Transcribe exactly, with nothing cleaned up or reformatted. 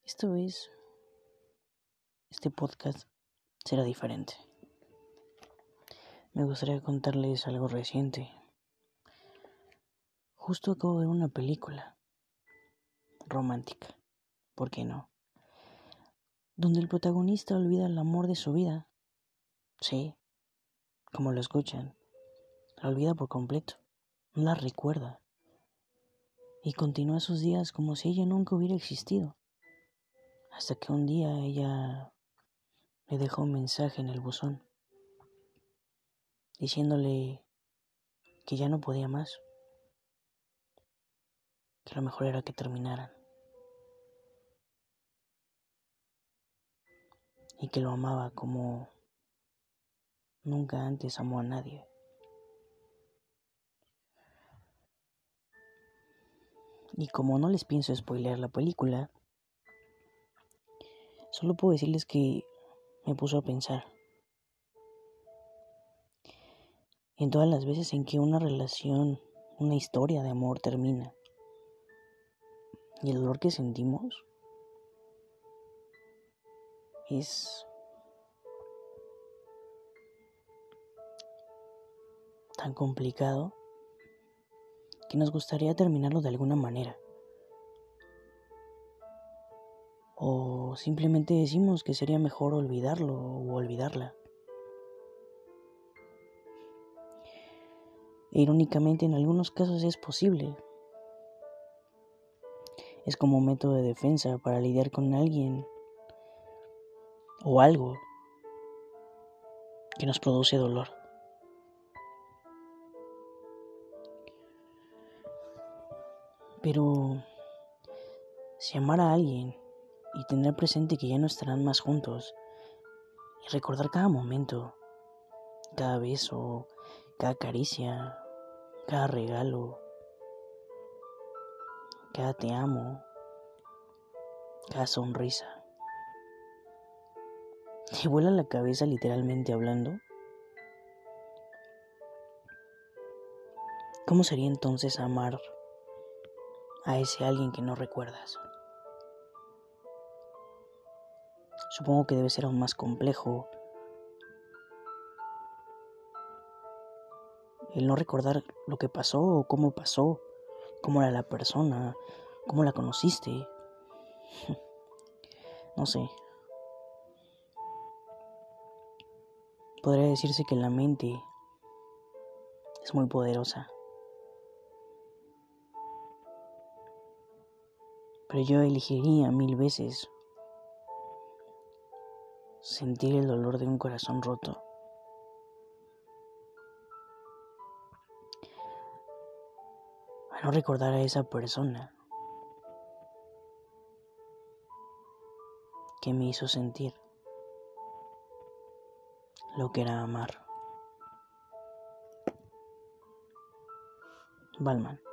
Esta vez, este podcast será diferente. Me gustaría contarles algo reciente. Justo acabo de ver una película romántica, ¿por qué no? Donde el protagonista olvida el amor de su vida. Sí, como lo escuchan, la olvida por completo, no la recuerda y continúa sus días como si ella nunca hubiera existido. Hasta que un día ella le dejó un mensaje en el buzón diciéndole que ya no podía más, que lo mejor era que terminaran y que lo amaba como nunca antes amó a nadie. Y como no les pienso spoilear la película, solo puedo decirles que me puso a pensar en todas las veces en que una relación, una historia de amor termina y el dolor que sentimos es tan complicado que nos gustaría terminarlo de alguna manera. O simplemente decimos que sería mejor olvidarlo o olvidarla. E irónicamente en algunos casos es posible. Es como un método de defensa para lidiar con alguien o algo que nos produce dolor. Pero si amar a alguien y tener presente que ya no estarán más juntos y recordar cada momento, cada beso, cada caricia, cada regalo, cada te amo, cada sonrisa, ¿te vuela la cabeza literalmente hablando? ¿Cómo sería entonces amar a ese alguien que no recuerdas? Supongo que debe ser aún más complejo el no recordar lo que pasó o cómo pasó, cómo era la persona, cómo la conociste. No sé. Podría decirse que la mente es muy poderosa. Pero yo elegiría mil veces sentir el dolor de un corazón roto a no recordar a esa persona que me hizo sentir lo que era amar. Balman.